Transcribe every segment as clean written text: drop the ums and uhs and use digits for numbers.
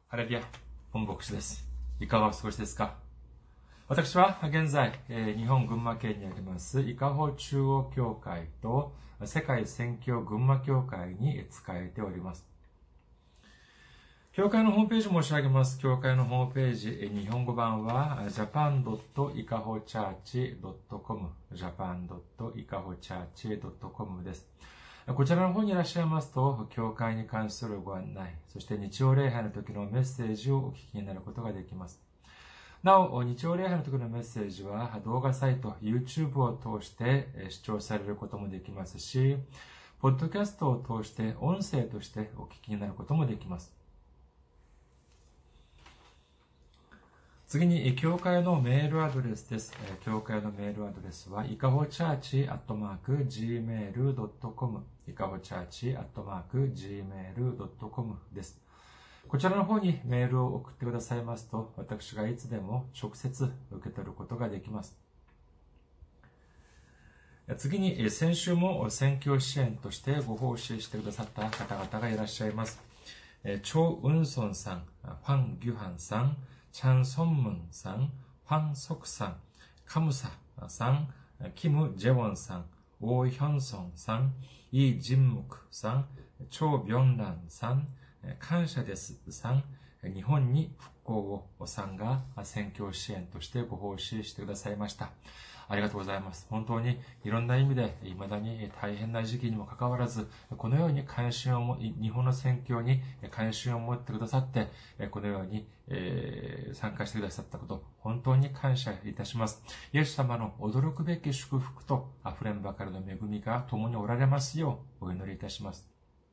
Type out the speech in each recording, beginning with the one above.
ハレルヤ、本牧師です。いかがお過ごしですか？私は現在、日本群馬県にあります、伊香保中央教会と世界宣教群馬教会に仕えております。教会のホームページ申し上げます。教会のホームページ、日本語版は japan.ikahochurch.com japan.ikahochurch.com です。こちらの方にいらっしゃいますと、教会に関するご案内、そして日曜礼拝の時のメッセージをお聞きになることができます。なお、日曜礼拝の時のメッセージは動画サイト、YouTube を通して視聴されることもできますし、ポッドキャストを通して音声としてお聞きになることもできます。次に、教会のメールアドレスです。教会のメールアドレスは、ikahochurch@gmail.com ikahochurch@gmail.com です。こちらの方にメールを送ってくださいますと、私がいつでも直接受け取ることができます。次に、先週も宣教支援としてご奉仕してくださった方々がいらっしゃいます。チョ・ウンソンさん、ファン・ギュハンさん、チャン・ソンムンさん、ファン・ソクさん、カムサさん、キム・ジェウォンさん、オー・ヒョンソンさん、イ・ジンムクさん、チョ・ビョンランさん、感謝ですさん、日本に復興をさんが宣教支援としてご奉仕してくださいました。ありがとうございます。本当にいろんな意味で未だに大変な時期にもかかわらず、このように日本の宣教に関心を持ってくださって、このように参加してくださったこと、本当に感謝いたします。イエス様の驚くべき祝福と溢れんばかりの恵みが共におられますようお祈りいたします。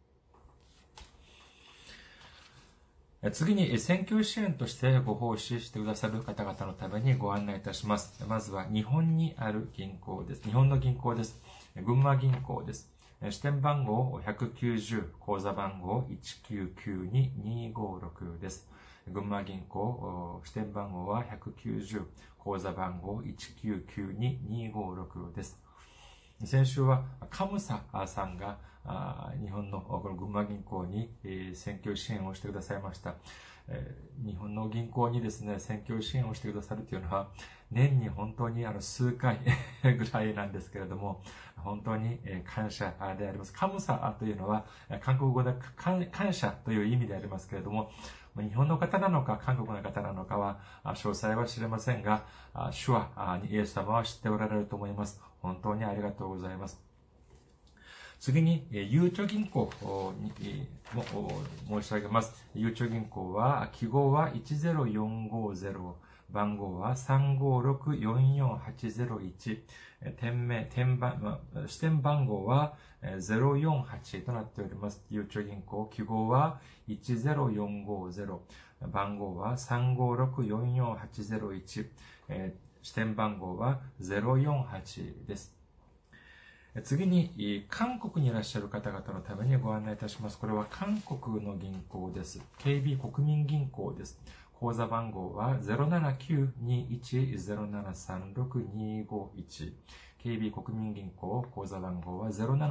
次に、宣教支援としてご奉仕してくださる方々のためにご案内いたします。まずは、日本にある銀行です。日本の銀行です。群馬銀行です。支店番号190、口座番号1992256です。群馬銀行、支店番号は190、口座番号1992256です。先週はカムサさんが日本のこの群馬銀行に宣教支援をしてくださいました。日本の銀行にですね、宣教支援をしてくださるというのは年に本当に数回ぐらいなんですけれども、本当に感謝であります。カムサというのは韓国語で感謝という意味でありますけれども、日本の方なのか韓国の方なのかは詳細は知れませんが、主はイエス様は知っておられると思います。本当にありがとうございます。次に、ゆうちょ銀行に申し上げます。ゆうちょ銀行は、記号は10450、番号は356-44801、支店番号は048となっております。ゆうちょ銀行、記号は10450、番号は356-44801、支店番号は048です。次に、韓国にいらっしゃる方々のためにご案内いたします。これは韓国の銀行です。KB 国民銀行です。口座番号は 079-21-0736-251。KB 国民銀行、口座番号は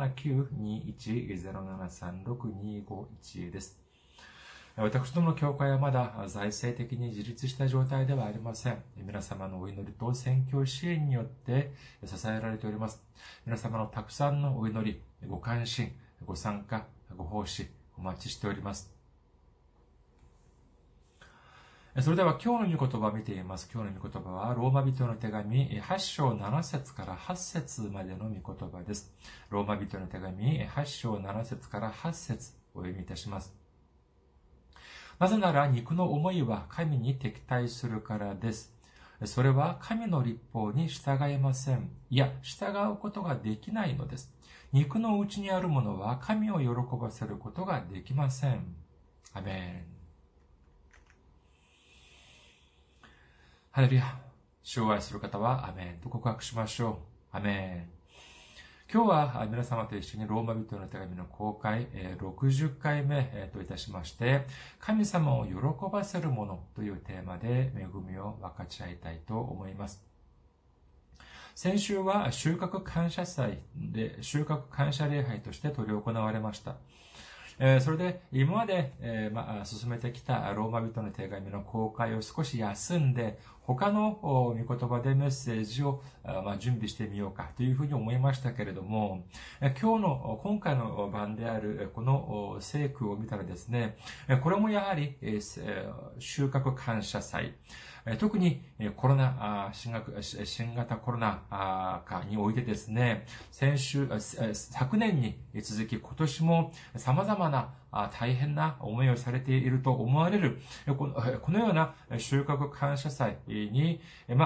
079-21-0736-251 です。私どもの教会はまだ財政的に自立した状態ではありません。皆様のお祈りと宣教支援によって支えられております。皆様のたくさんのお祈り、ご関心、ご参加、ご奉仕、お待ちしております。それでは今日の御言葉を見ています。今日の御言葉はローマ人の手紙8章7節から8節までの御言葉です。ローマ人の手紙8章7節から8節お読みいたします。なぜなら肉の思いは神に敵対するからです。それは神の律法に従えません。いや、従うことができないのです。肉の内にあるものは神を喜ばせることができません。アメン。ハレルヤ。主を愛する方はアメンと告白しましょう。アメン。今日は皆様と一緒にローマ人の手紙の公開60回目といたしまして、神様を喜ばせるものというテーマで恵みを分かち合いたいと思います。先週は収穫感謝祭で収穫感謝礼拝として執り行われました。 それで、今まで、進めてきたローマ人の手紙の公開を少し休んで、他の御言葉でメッセージを、準備してみようかというふうに思いましたけれども、今回の版であるこの聖句を見たらですね、これもやはり収穫感謝祭、特に新型コロナ禍においてですね、昨年に続き今年も様々な大変な思いをされていると思われる、このような収穫感謝祭に、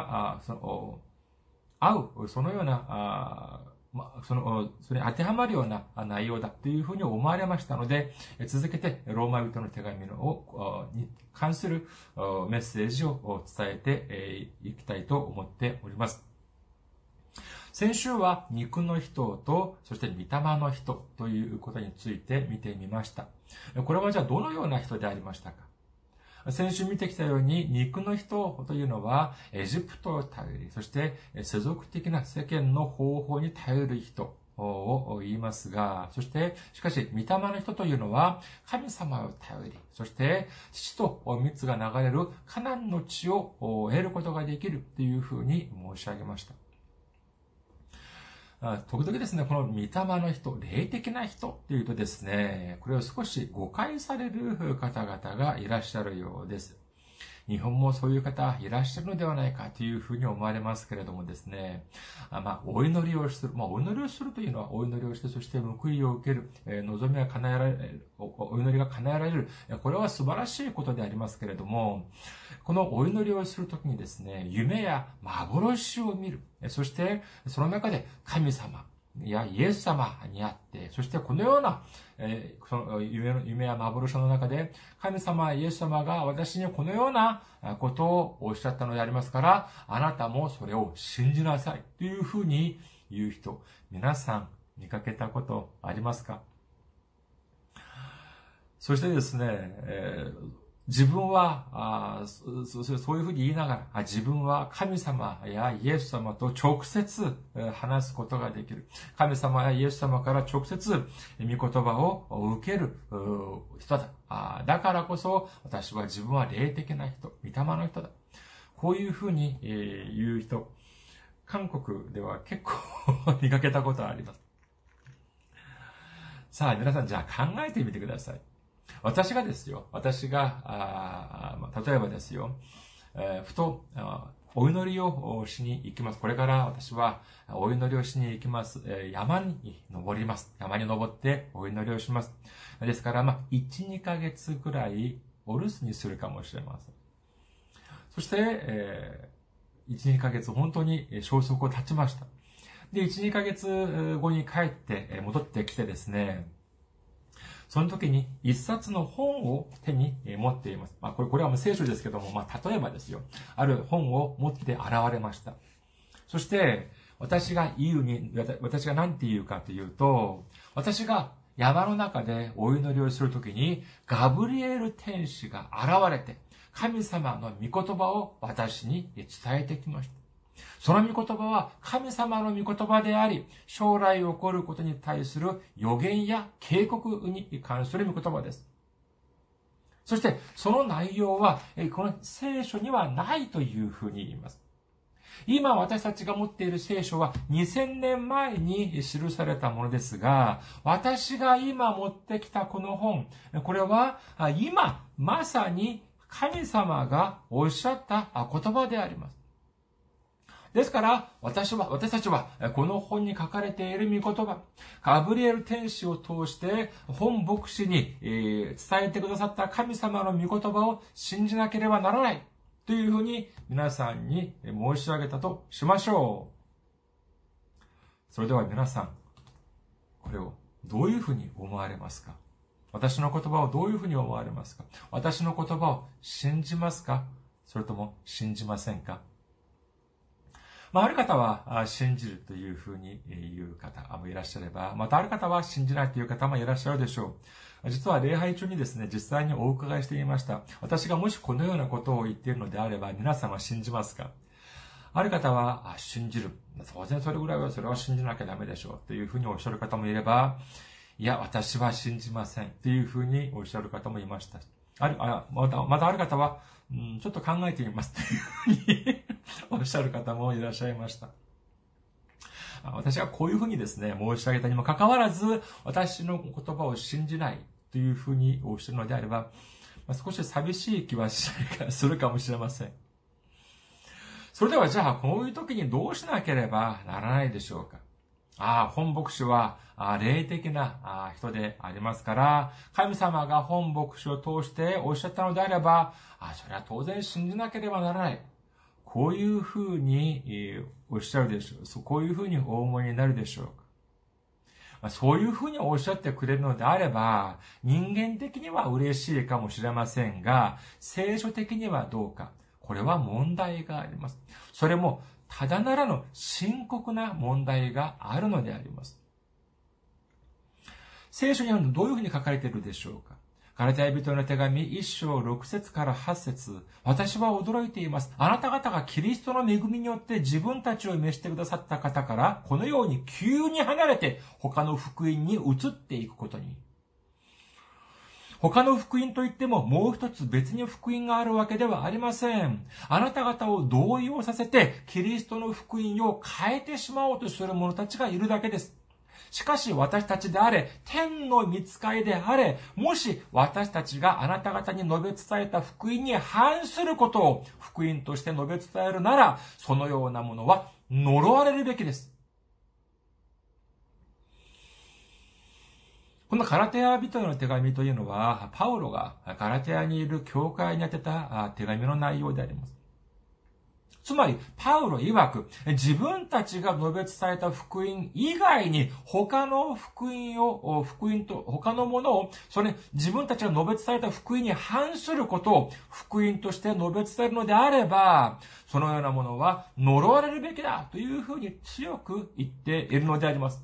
そのような、それに当てはまるような内容だというふうに思われましたので、続けてローマ人の手紙に関するメッセージを伝えていきたいと思っております。先週は肉の人と、そして御霊の人ということについて見てみました。これはじゃあどのような人でありましたか？先週見てきたように、肉の人というのは、エジプトを頼り、そして世俗的な世間の方法に頼る人を言いますが、しかし、御霊の人というのは、神様を頼り、そして、父と蜜が流れるカナンの地を得ることができるというふうに申し上げました。時々ですね、この御霊の人、霊的な人というとですね、これを少し誤解される方々がいらっしゃるようです。日本もそういう方いらっしゃるのではないかというふうに思われますけれどもですね、お祈りをする。お祈りをするというのは、お祈りをして、そして報いを受ける、望みが叶えられる、お祈りが叶えられる。これは素晴らしいことでありますけれども、このお祈りをするときにですね、夢や幻を見る。そして、その中で神様やイエス様にあって、そしてこのような、その夢や幻の中で、神様、イエス様が私にこのようなことをおっしゃったのでありますから、あなたもそれを信じなさいというふうに言う人、皆さん見かけたことありますか？そしてですね、自分はそういうふうに言いながら、自分は神様やイエス様と直接話すことができる。神様やイエス様から直接御言葉を受ける人だ。だからこそ私は自分は霊的な人、御霊の人だ。こういうふうに言う人、韓国では結構見かけたことがあります。さあ皆さんじゃあ考えてみてください。私が例えばですよ、ふと、お祈りをしに行きます。これから私はお祈りをしに行きます。山に登ります。山に登ってお祈りをします。ですから、1、2ヶ月ぐらいお留守にするかもしれません。そして、1、2ヶ月本当に消息を絶ちました。で、1、2ヶ月後に帰って戻ってきてですね、その時に一冊の本を手に持っています。これは聖書ですけども、例えばですよ。ある本を持って現れました。そして、私が何て言うかというと、私が山の中でお祈りをするときに、ガブリエル天使が現れて、神様の御言葉を私に伝えてきました。その御言葉は神様の御言葉であり、将来起こることに対する予言や警告に関する御言葉です。そして、その内容は、この聖書にはないというふうに言います。今私たちが持っている聖書は2000年前に記されたものですが、私が今持ってきたこの本、これは今まさに神様がおっしゃった言葉であります。ですから、私たちは、この本に書かれている御言葉、ガブリエル天使を通して、本牧師に伝えてくださった神様の御言葉を信じなければならない。というふうに皆さんに申し上げたとしましょう。それでは皆さん、これをどういうふうに思われますか？私の言葉をどういうふうに思われますか？私の言葉を信じますか？それとも信じませんか？ある方は信じるというふうに言う方もいらっしゃれば、またある方は信じないという方もいらっしゃるでしょう。実は礼拝中にですね、実際にお伺いしてみました。私がもしこのようなことを言っているのであれば、皆さんは信じますか？ある方は、信じる。当然それぐらいは、それは信じなきゃダメでしょう。というふうにおっしゃる方もいれば、 いや、私は信じません。というふうにおっしゃる方もいました。またある方は、ちょっと考えてみます。というふうにおっしゃる方もいらっしゃいました。私はこういうふうにですね、申し上げたにもかかわらず、私の言葉を信じないというふうにおっしゃるのであれば、少し寂しい気はするかもしれません。それではじゃあ、こういう時にどうしなければならないでしょうか。本牧師は霊的な人でありますから、神様が本牧師を通しておっしゃったのであれば、それは当然信じなければならない。こういうふうにおっしゃるでしょう。こういうふうにお思いになるでしょうか。そういうふうにおっしゃってくれるのであれば、人間的には嬉しいかもしれませんが、聖書的にはどうか。これは問題があります。それも、ただならぬ深刻な問題があるのであります。聖書にはどういうふうに書かれているでしょうか。ガラテヤ人の手紙1章6節から8節、私は驚いています。あなた方がキリストの恵みによって自分たちを召してくださった方から、このように急に離れて他の福音に移っていくことに。他の福音といってももう一つ別に福音があるわけではありません。あなた方を動揺させてキリストの福音を変えてしまおうとする者たちがいるだけです。しかし私たちであれ、天の御使いであれ、もし私たちがあなた方に述べ伝えた福音に反することを福音として述べ伝えるなら、そのようなものは呪われるべきです。このガラテヤ人への手紙というのは、パウロがガラテヤにいる教会に宛てた手紙の内容であります。つまり、パウロ曰く、自分たちが述べ伝えた福音以外に、他の他のものを、自分たちが述べ伝えた福音に反することを福音として述べ伝えるのであれば、そのようなものは呪われるべきだというふうに強く言っているのであります。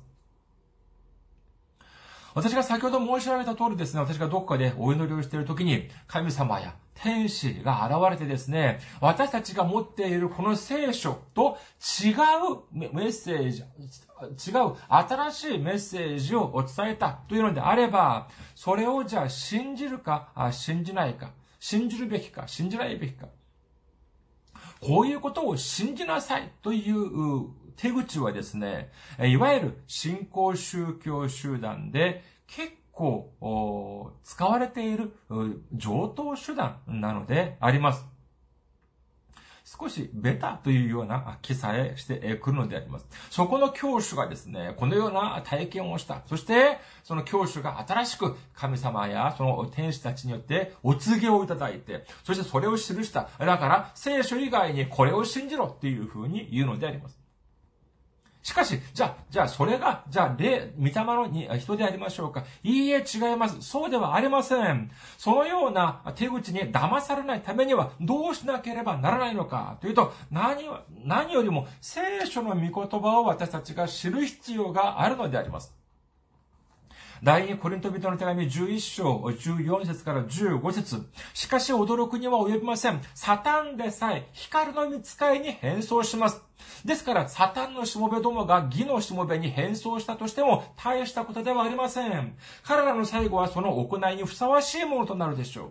私が先ほど申し上げた通りですね、私がどこかでお祈りをしているときに、神様や天使が現れてですね、私たちが持っているこの聖書と違うメッセージ、違う新しいメッセージを伝えたというのであれば、それをじゃあ信じるか、信じないか、信じるべきか、信じないべきか。こういうことを信じなさいという手口はですね、いわゆる新興宗教集団で結構使われている常套手段なのであります。少しベタというような気さえしてくるのであります。そこの教主がですね、このような体験をした。そして、その教主が新しく神様やその天使たちによってお告げをいただいて、そしてそれを記した。だから、聖書以外にこれを信じろっていうふうに言うのであります。しかし、じゃあ、それが、御霊の人でありましょうか。いいえ、違います。そうではありません。そのような手口に騙されないためにはどうしなければならないのかというと、何よりも聖書の御言葉を私たちが知る必要があるのであります。第2コリント人の手紙11章14節から15節。しかし驚くには及びません。サタンでさえ光の御使いに変装します。ですから、サタンのしもべどもが義のしもべに変装したとしても大したことではありません。彼らの最後はその行いにふさわしいものとなるでしょう。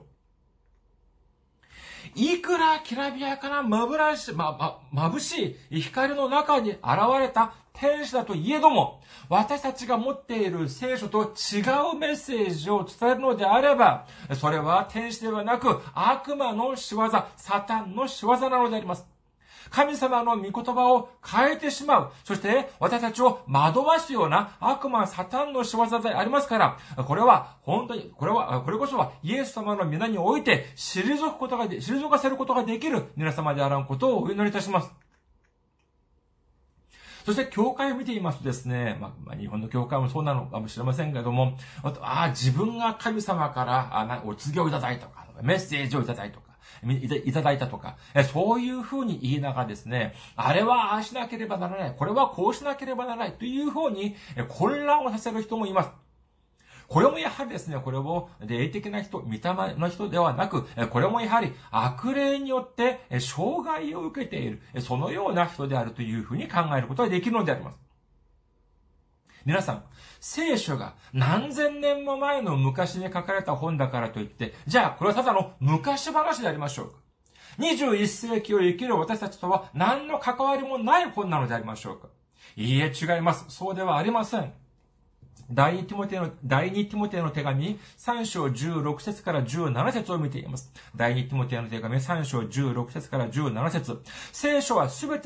いくらきらびやかな眩しい光の中に現れた天使だといえども、私たちが持っている聖書と違うメッセージを伝えるのであれば、それは天使ではなく悪魔の仕業、サタンの仕業なのであります。神様の御言葉を変えてしまう。そして私たちを惑わすような悪魔サタンの仕業でありますから、これこそはイエス様の皆において退かせることができる皆様であらんことをお祈りいたします。そして教会を見ていますとですね、日本の教会もそうなのかもしれませんけれども、自分が神様からお告げをいただいたとか、メッセージをいただいたとか、そういうふうに言いながらですね、あれはああしなければならない、これはこうしなければならないというふうに混乱をさせる人もいます。これもやはりですね、これを霊的な人、御霊の人ではなく、これもやはり悪霊によって障害を受けている、そのような人であるというふうに考えることができるのであります。 皆さん、聖書が何千年も前の昔に書かれた本だからといって、じゃあこれはただの昔話でありましょうか。21世紀を生きる私たちとは何の関わりもない本なのでありましょうか。いいえ、違います。そうではありません。第二ティモテの手紙3章16節から17節を見ています。第二ティモテの手紙3章16節から17節。聖書はすべて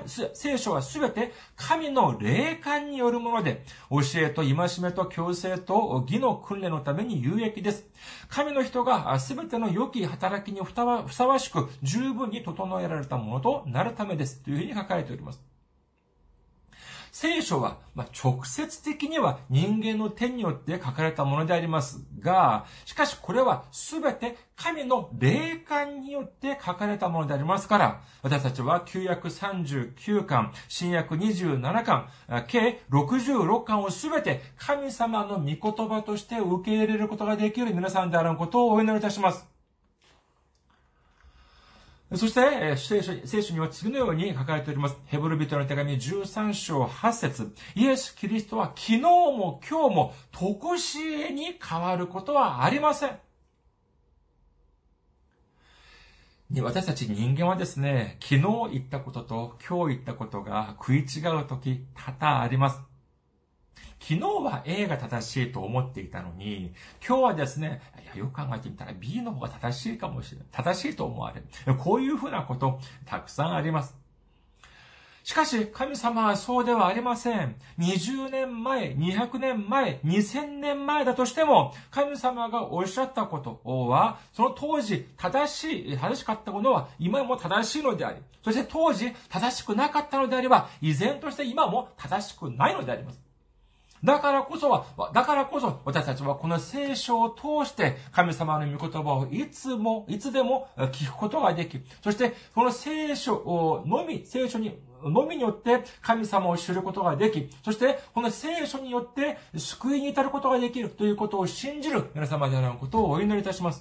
神の霊感によるもので、教えと戒めと矯正と義の訓練のために有益です。神の人がすべての良き働きにふさわしく十分に整えられたものとなるためです。というふうに書かれております。聖書は、直接的には人間の手によって書かれたものでありますが、しかしこれはすべて神の霊感によって書かれたものでありますから、私たちは旧約39巻、新約27巻、計66巻をすべて神様の御言葉として受け入れることができる皆さんであることをお祈りいたします。そして、聖書には次のように書かれております。ヘブル人の手紙13章8節。イエス・キリストは昨日も今日も常しえに変わることはありません。私たち人間はですね、昨日言ったことと今日言ったことが食い違うとき多々あります。昨日は A が正しいと思っていたのに、今日はですね、よく考えてみたら B の方が正しいかもしれない。正しいと思われる。こういうふうなことたくさんあります。しかし、神様はそうではありません。20年前、200年前、2000年前だとしても、神様がおっしゃったことは、その当時正しかったものは今も正しいのであり、そして当時正しくなかったのであれば、依然として今も正しくないのであります。だからこそ私たちはこの聖書を通して神様の御言葉をいつでも聞くことができ、そしてこの聖書によって神様を知ることができ、そしてこの聖書によって救いに至ることができるということを信じる皆様であることをお祈りいたします。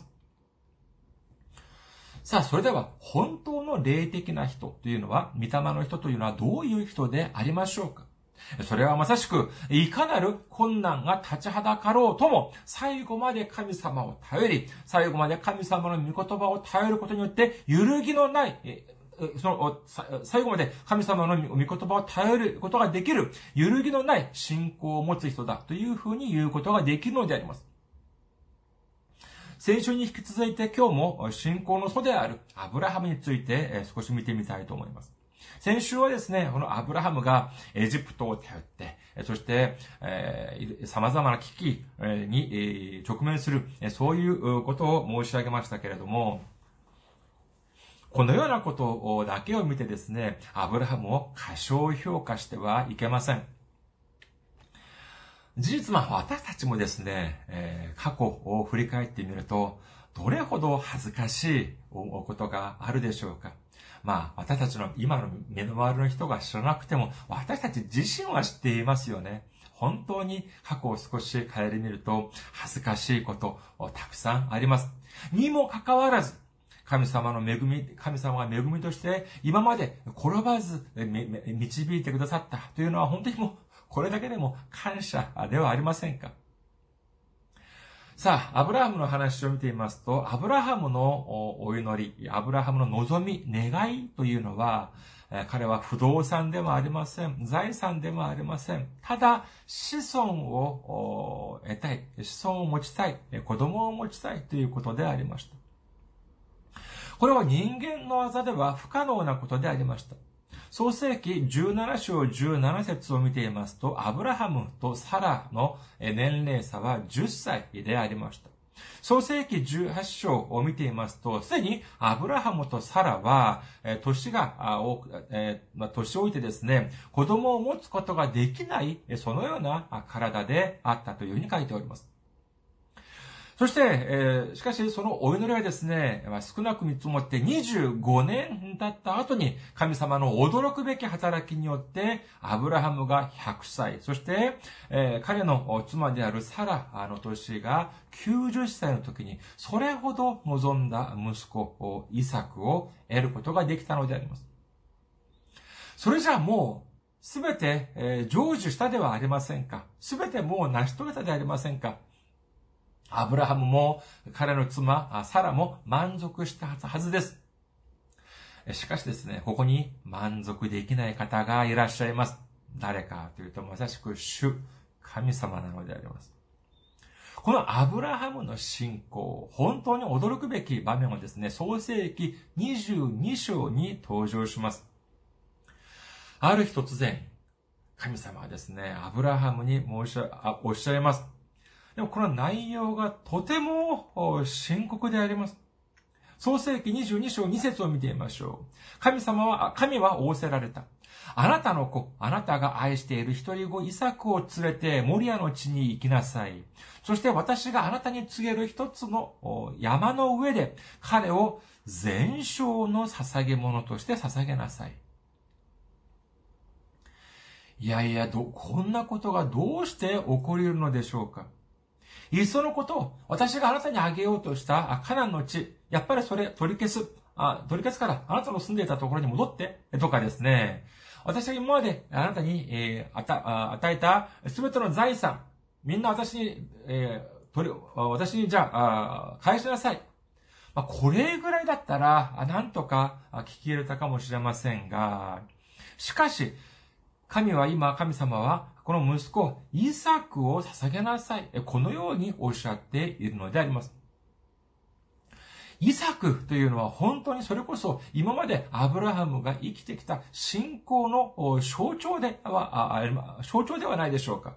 さあ、それでは本当の霊的な人というのは、御霊の人というのはどういう人でありましょうか。それはまさしく、いかなる困難が立ちはだかろうとも、最後まで神様を頼り、最後まで神様の御言葉を頼ることによって、揺るぎのない、最後まで神様の御言葉を頼ることができる、揺るぎのない信仰を持つ人だというふうに言うことができるのであります。先週に引き続いて今日も信仰の祖であるアブラハムについて少し見てみたいと思います。先週はですね、このアブラハムがエジプトを頼って、そして、様々な危機に直面する、そういうことを申し上げましたけれども、このようなことだけを見てですね、アブラハムを過小評価してはいけません。事実、私たちもですね、過去を振り返ってみると、どれほど恥ずかしいことがあるでしょうか。私たちの今の目の周りの人が知らなくても、私たち自身は知っていますよね。本当に過去を少し顧みると、恥ずかしいことたくさんあります。にもかかわらず、神様が恵みとして今まで転ばず導いてくださったというのは本当にもうこれだけでも感謝ではありませんか。さあ、アブラハムの話を見てみますと、アブラハムのお祈り、アブラハムの望み、願いというのは、彼は不動産でもありません。財産でもありません。ただ、子孫を得たい、子孫を持ちたい、子供を持ちたいということでありました。これは人間の技では不可能なことでありました。創世記17章17節を見ていますと、アブラハムとサラの年齢差は10歳でありました。創世記18章を見ていますと、すでにアブラハムとサラは、年老いてですね、子供を持つことができない、そのような体であったというふうに書いております。そして、しかしそのお祈りはですね、少なく見積もって25年経った後に神様の驚くべき働きによってアブラハムが100歳、そして、彼の妻であるサラの年が90歳の時にそれほど望んだ息子イサクを得ることができたのであります。それじゃあもうすべて、成就したではありませんか。すべてもう成し遂げたではありませんか。アブラハムも彼の妻、サラも満足したはずです。しかしですね、ここに満足できない方がいらっしゃいます。誰かというと、まさしく主、神様なのであります。このアブラハムの信仰、本当に驚くべき場面はですね、創世記22章に登場します。ある日突然、神様はですね、アブラハムにおっしゃいます。でもこの内容がとても深刻であります。創世記22章2節を見てみましょう。神は仰せられた。あなたの子、あなたが愛している一人子イサクを連れてモリアの地に行きなさい。そして私があなたに告げる一つの山の上で彼を全焼の捧げ物として捧げなさい。いやいや、こんなことがどうして起こり得るのでしょうか。いっそのことを私があなたにあげようとしたカナンの地、やっぱりそれ取り消すからあなたの住んでいたところに戻ってとかですね。私が今まであなたに与えたすべての財産、みんな私にじゃあ返しなさい。これぐらいだったらなんとか聞き入れたかもしれませんが、しかし神様はこの息子イサクを捧げなさい。このようにおっしゃっているのであります。イサクというのは本当にそれこそ今までアブラハムが生きてきた信仰の象徴ではないでしょうか。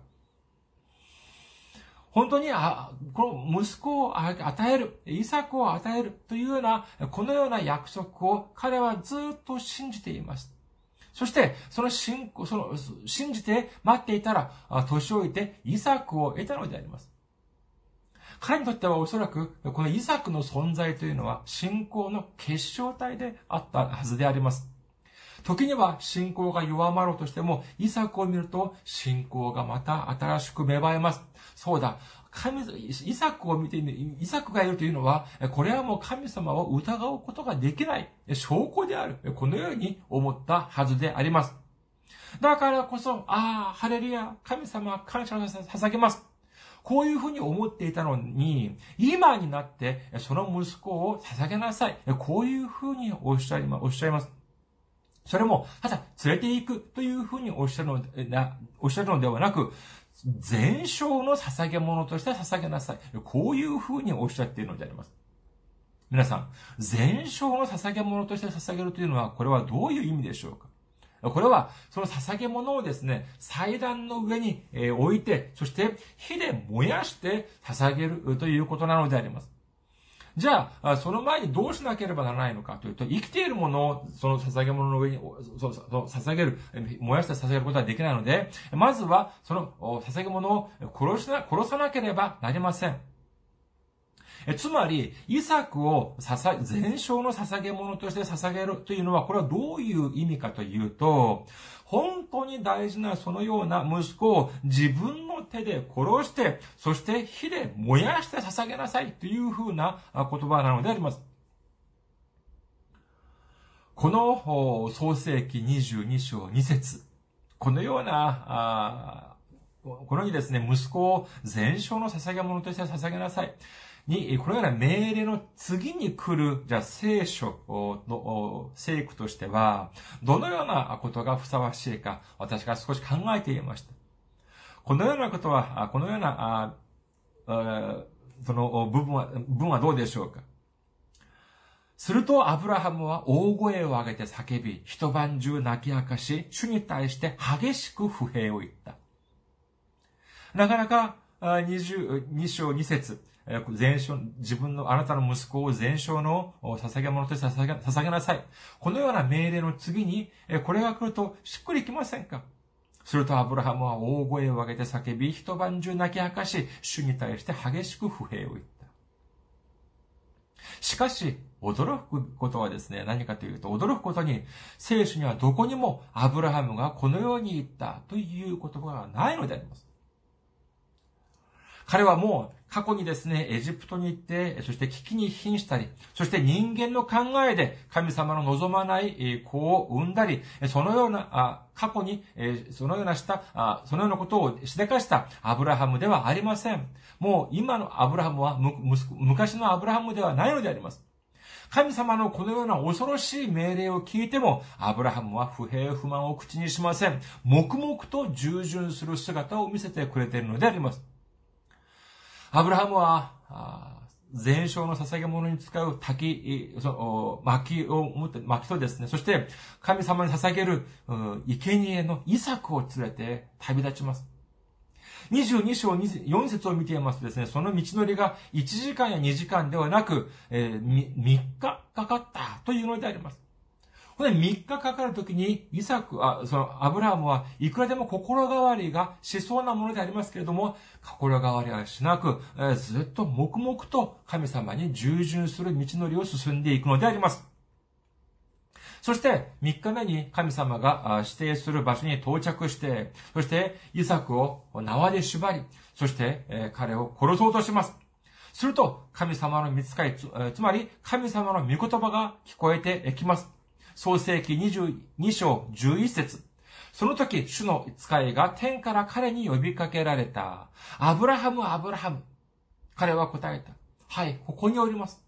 本当にこの息子を与える、イサクを与えるというような、このような約束を彼はずっと信じています。そして、信じて待っていたら、年老いてイサクを得たのであります。彼にとってはおそらく、このイサクの存在というのは、信仰の結晶体であったはずであります。時には信仰が弱まろうとしても、イサクを見ると、信仰がまた新しく芽生えます。そうだ。イサクを見て、イサクがいるというのは、これはもう神様を疑うことができない証拠である。このように思ったはずであります。だからこそ、ハレルヤ、神様感謝を捧げます。こういうふうに思っていたのに、今になってその息子を捧げなさい。こういうふうにおっしゃいます。それも、ただ連れて行くというふうにおっしゃるのではなく、全焼の捧げ物として捧げなさい。こういうふうにおっしゃっているのであります。皆さん、全焼の捧げ物として捧げるというのは、これはどういう意味でしょうか。これは、その捧げ物をですね、祭壇の上に置いて、そして火で燃やして捧げるということなのであります。じゃあ、その前にどうしなければならないのかというと、生きているものをその捧げ物の上に、捧げる、燃やして捧げることはできないので、まずはその捧げ物を殺さなければなりません。つまり、イサクを全焼の捧げ物として捧げるというのは、これはどういう意味かというと、本当に大事なそのような息子を自分の手で殺して、そして火で燃やして捧げなさいというふうな言葉なのであります。この創世記22章2節、このような、このようにですね、息子を全焼の捧げ物として捧げなさい。このような命令の次に来る、聖書の聖句としては、どのようなことがふさわしいか、私が少し考えていました。このようなことは、このような、その部分はどうでしょうか。すると、アブラハムは大声を上げて叫び、一晩中泣き明かし、主に対して激しく不平を言った。なかなか、22章2節、あなたの息子を全焼の捧げ物として捧げなさい。このような命令の次に、これが来るとしっくりきませんか。するとアブラハムは大声を上げて叫び、一晩中泣き明かし、主に対して激しく不平を言った。しかし、驚くことはですね、何かというと、驚くことに、聖書にはどこにもアブラハムがこのように言ったという言葉がないのであります。彼はもう過去にですね、エジプトに行って、そして危機に瀕したり、そして人間の考えで神様の望まない子を産んだり、そのような、過去に、そのようなことをしでかしたアブラハムではありません。もう今のアブラハムは昔のアブラハムではないのであります。神様のこのような恐ろしい命令を聞いても、アブラハムは不平不満を口にしません。黙々と従順する姿を見せてくれているのであります。アブラハムは、全焼の捧げ物に使う薪とですね、そして神様に捧げる生贄のイサクを連れて旅立ちます。22章4節を見ていますとですね、その道のりが1時間や2時間ではなく、3日かかったというのであります。これ3日かかるときに、アブラハムはいくらでも心変わりがしそうなものでありますけれども、心変わりはしなく、ずっと黙々と神様に従順する道のりを進んでいくのであります。そして3日目に神様が指定する場所に到着して、そしてイサクを縄で縛り、そして彼を殺そうとします。すると神様の御使い、つまり神様の御言葉が聞こえてきます。創世記22章11節。その時、主の使いが天から彼に呼びかけられた。アブラハム、アブラハム。彼は答えた。はい、ここにおります。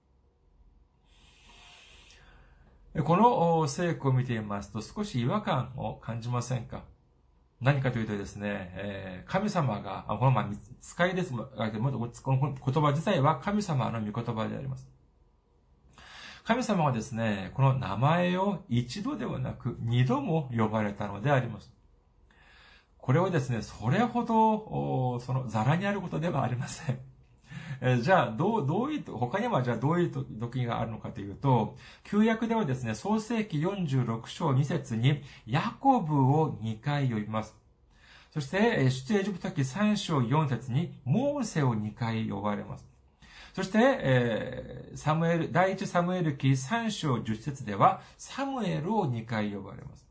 この聖句を見ていますと少し違和感を感じませんか？何かというとですね、神様が、この使いです。この言葉自体は神様の御言葉であります。神様はですね、この名前を一度ではなく二度も呼ばれたのであります。これはですね、それほど、ザラにあることではありません。じゃあ、他にはじゃあどういう時があるのかというと、旧約ではですね、創世記46章2節に、ヤコブを2回呼びます。そして、出エジプト記3章4節に、モーセを2回呼ばれます。そして、第一サムエル記3章10節では、サムエルを2回呼ばれます。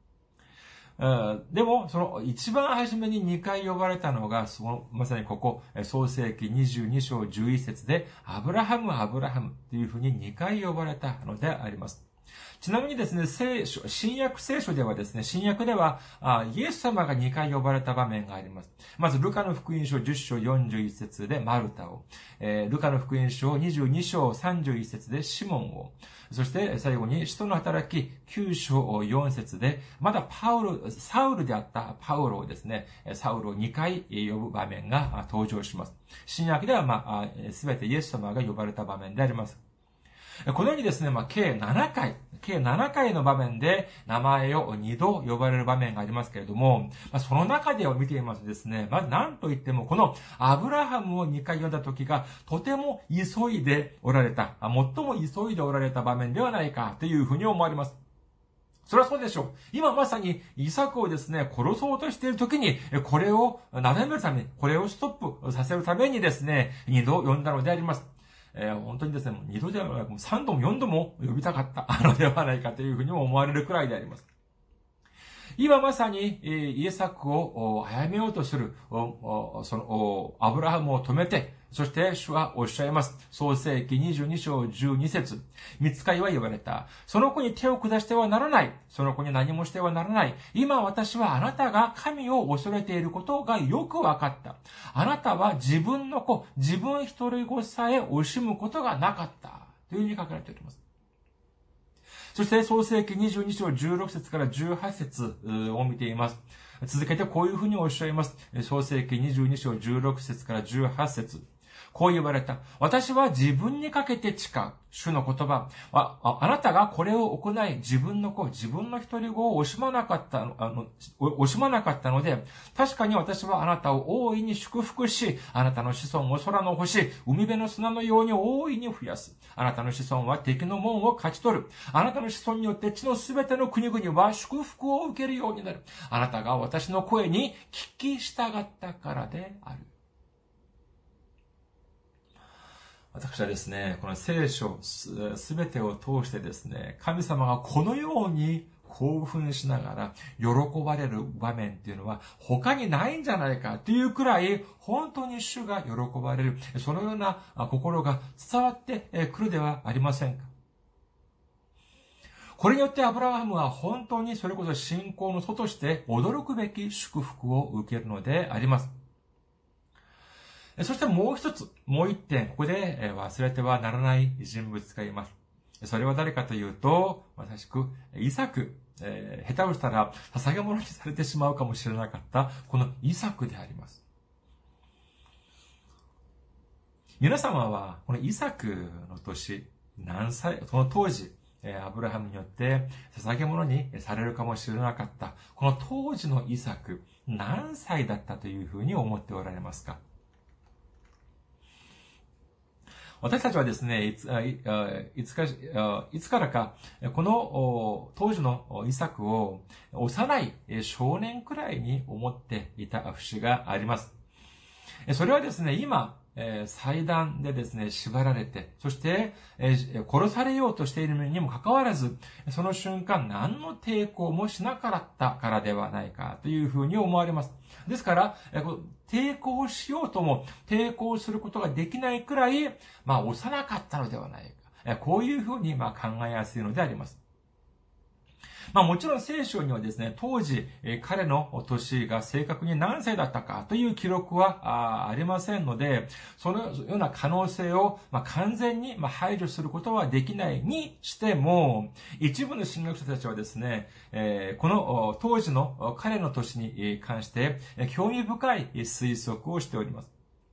でも、その一番初めに2回呼ばれたのが、まさにここ、創世記22章11節で、アブラハム、アブラハムというふうに2回呼ばれたのであります。ちなみにですね、新約聖書ではですね、新約では、イエス様が2回呼ばれた場面があります。まず、ルカの福音書10章41節でマルタを、ルカの福音書22章31節でシモンを、そして最後に使徒の働き9章4節で、まだサウルであったパウロをですね、サウルを2回呼ぶ場面が登場します。新約ではすべてイエス様が呼ばれた場面であります。このようにですね、計7回の場面で名前を2度呼ばれる場面がありますけれども、その中でを見ていますとですね、まず何と言ってもこのアブラハムを2回呼んだ時がとても急いでおられた、最も急いでおられた場面ではないかというふうに思われます。それはそうでしょう。今まさにイサクをですね、殺そうとしている時に、これをなだめるために、これをストップさせるためにですね、2度呼んだのであります。本当にですね、2度ではなく3度も4度も呼びたかったのではないかというふうにも思われるくらいであります。今まさにイエサクを殺めようとするアブラハムを止めて、そして主はおっしゃいます。創世記22章12節。御使いは言われた。その子に手を下してはならない。その子に何もしてはならない。今私はあなたが神を恐れていることがよくわかった。あなたは自分の子、自分一人子さえ惜しむことがなかった。というふうに書かれております。そして創世記22章16節から18節を見ています。続けてこういうふうにおっしゃいます。創世記22章16節から18節。こう言われた。私は自分にかけて誓う。主の言葉。あなたがこれを行い、自分の子、自分の一人子を惜しまなかったので、確かに私はあなたを大いに祝福し、あなたの子孫を空の星、海辺の砂のように大いに増やす。あなたの子孫は敵の門を勝ち取る。あなたの子孫によって地のすべての国々は祝福を受けるようになる。あなたが私の声に聞き従ったからである。私はですね、この聖書すべてを通してですね、神様がこのように興奮しながら喜ばれる場面っていうのは他にないんじゃないかというくらい本当に主が喜ばれる、そのような心が伝わってくるではありませんか。これによってアブラハムは本当にそれこそ信仰の祖として驚くべき祝福を受けるのであります。そしてもう一点、ここで忘れてはならない人物がいます。それは誰かというと、まさしくイサク、下手をしたら捧げ物にされてしまうかもしれなかったこのイサクであります。皆様はこのイサクの年何歳、その当時アブラハムによって捧げ物にされるかもしれなかったこの当時のイサク何歳だったというふうに思っておられますか。私たちはですね、いつからか、この当時のイサクを幼い少年くらいに思っていた節があります。それはですね、今、祭壇でですね、縛られて、そして、殺されようとしているにもかかわらず、その瞬間何の抵抗もしなかったからではないかというふうに思われます。ですから、抵抗しようとも抵抗することができないくらい、幼かったのではないか。こういうふうに考えやすいのであります。もちろん聖書にはですね、当時、彼の年が正確に何歳だったかという記録はありませんので、そのような可能性を完全に排除することはできないにしても、一部の神学者たちはですね、この当時の彼の年に関して興味深い推測をしております。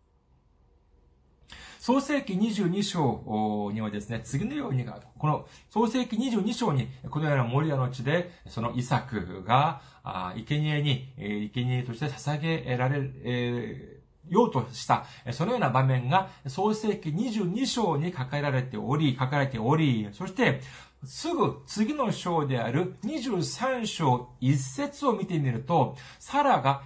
創世記22章にはですね、次のように、この創世記22章に、このようなモリアの地で、そのイサクが、生贄として捧げられようとした、そのような場面が、創世記22章に書かれており、そして、すぐ次の章である23章1節を見てみると、サラが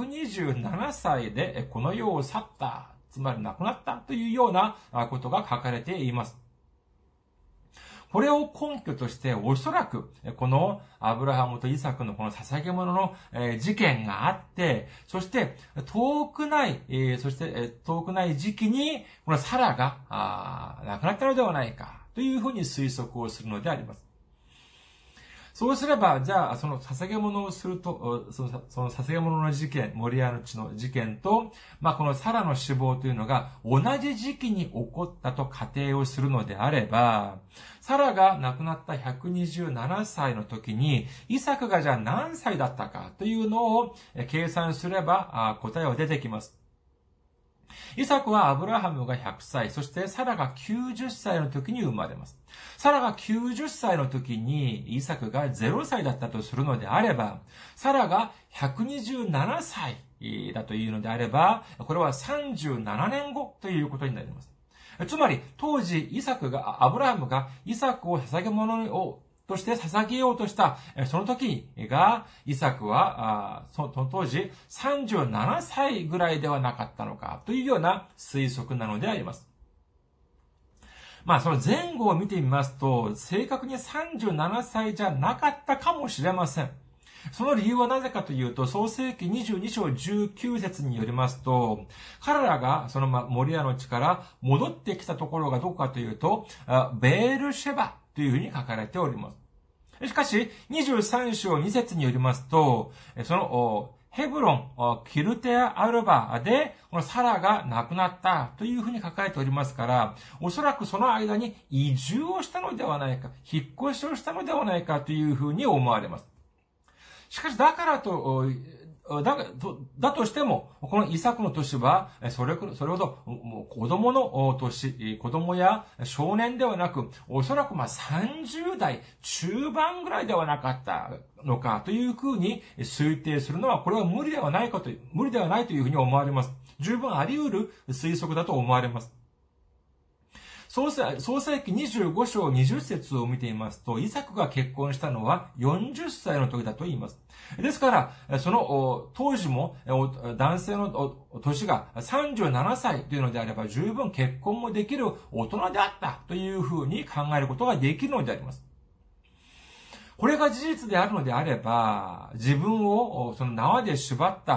127歳でこの世を去った。つまり亡くなったというようなことが書かれています。これを根拠として、おそらく、このアブラハムとイサクのこの捧げ物の事件があって、そして遠くない時期に、このサラが亡くなったのではないか、というふうに推測をするのであります。そうすれば、じゃあ、その捧げ物をすると、その捧げ物の事件、モリアの地の事件と、このサラの死亡というのが同じ時期に起こったと仮定をするのであれば、サラが亡くなった127歳の時に、イサクがじゃあ何歳だったかというのを計算すれば答えは出てきます。イサクはアブラハムが100歳、そしてサラが90歳の時に生まれます。サラが90歳の時にイサクが0歳だったとするのであれば、サラが127歳だというのであれば、これは37年後ということになります。つまり、当時アブラハムがイサクを捧げ物として捧げようとした、その時が、イサクは、その当時37歳ぐらいではなかったのか、というような推測なのであります。その前後を見てみますと、正確に37歳じゃなかったかもしれません。その理由はなぜかというと、創世記22章19節によりますと、彼らがそのモリアの地から戻ってきたところがどこかというと、ベールシェバというふうに書かれております。しかし、23章2節によりますと、その、ヘブロン、キルテア・アルバで、このサラが亡くなったというふうに書かれておりますから、おそらくその間に移住をしたのではないか、引っ越しをしたのではないかというふうに思われます。しかし、だとしても、このイサクの年は、それほど、子供の年、子供や少年ではなく、おそらく30代中盤ぐらいではなかったのかというふうに推定するのは、これは無理ではないというふうに思われます。十分あり得る推測だと思われます。創世記25章20節を見ていますと、イサクが結婚したのは40歳の時だと言います。ですから、その当時も男性の年が37歳というのであれば、十分結婚もできる大人であったというふうに考えることができるのであります。 これが事実であるのであれば、自分をその縄で縛った、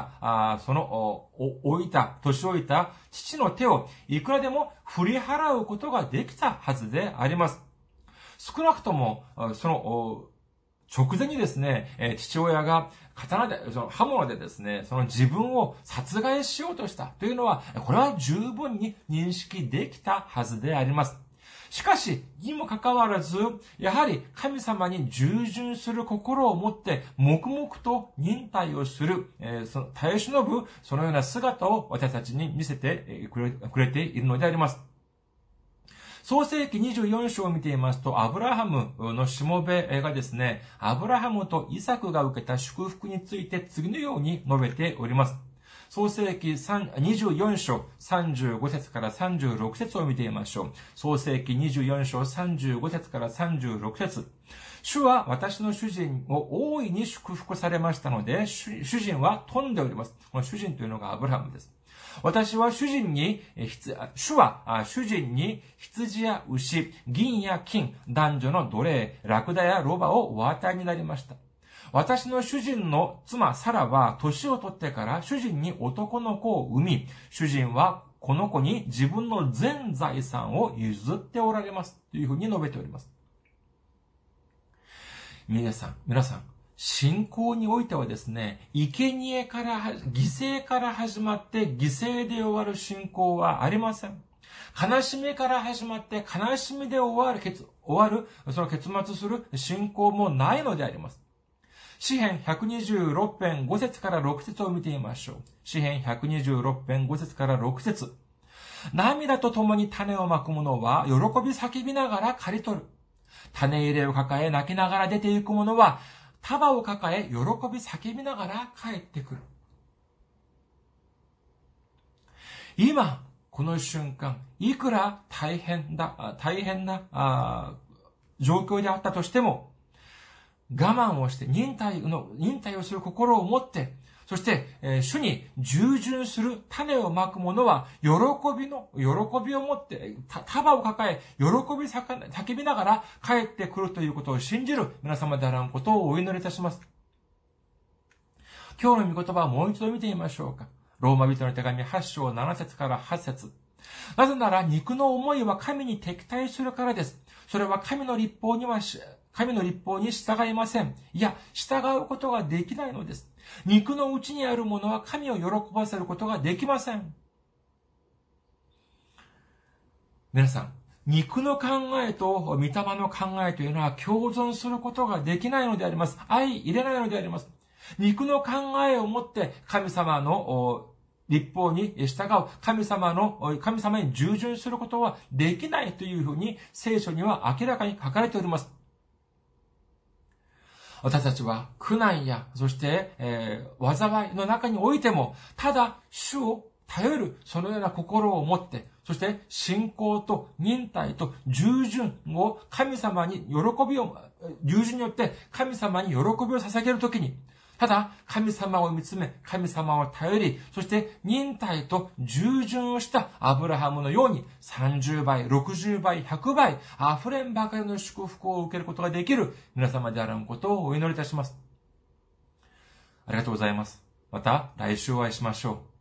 年老いた父の手をいくらでも振り払うことができたはずであります。少なくとも、直前にですね、父親が刀で、刃物でですね、その自分を殺害しようとしたというのは、これは十分に認識できたはずであります。しかし、にもかかわらず、やはり神様に従順する心を持って、黙々と忍耐をする、耐え忍ぶ、そのような姿を私たちに見せてくれているのであります。創世記24章を見ていますと、アブラハムのしもべがですね、アブラハムとイサクが受けた祝福について次のように述べております。創世記24章35節から36節を見てみましょう。創世記24章35節から36節。主は私の主人を大いに祝福されましたので、主人は富んでおります。この主人というのがアブラハムです。主は主人に羊や牛、銀や金、男女の奴隷、ラクダやロバをお与えになりました。私の主人の妻サラは年を取ってから主人に男の子を産み、主人はこの子に自分の全財産を譲っておられます。というふうに述べております。皆さん、信仰においてはですね、犠牲から始まって犠牲で終わる信仰はありません。悲しみから始まって悲しみで終わる、その結末する信仰もないのであります。詩編126編5節から6節を見てみましょう。詩編126編5節から6節。涙と共に種をまく者は喜び叫びながら刈り取る。種入れを抱え泣きながら出て行く者は束を抱え喜び叫びながら帰ってくる。今、この瞬間、いくら大変な状況であったとしても、我慢をして忍耐をする心を持って、そして、主に従順する種をまく者は、喜びを持って、束を抱え、喜び叫びながら帰ってくるということを信じる皆様であらんことをお祈りいたします。今日の御言葉をもう一度見てみましょうか。ローマ人の手紙8章7節から8節。なぜなら肉の思いは神に敵対するからです。それは神の律法に従いません。いや、従うことができないのです。肉の内にあるものは神を喜ばせることができません。皆さん、肉の考えと御霊の考えというのは共存することができないのであります。相入れないのであります。肉の考えを持って神様の律法に従う、神様に従順することはできないというふうに聖書には明らかに書かれております。私たちは苦難や、そして、災いの中においても、ただ主を頼る、そのような心を持って、そして信仰と忍耐と従順を神様に従順によって神様に喜びを捧げるときに、ただ神様を見つめ、神様を頼り、そして忍耐と従順をしたアブラハムのように30倍、60倍、100倍、溢れんばかりの祝福を受けることができる皆様であらんことをお祈りいたします。ありがとうございます。また来週お会いしましょう。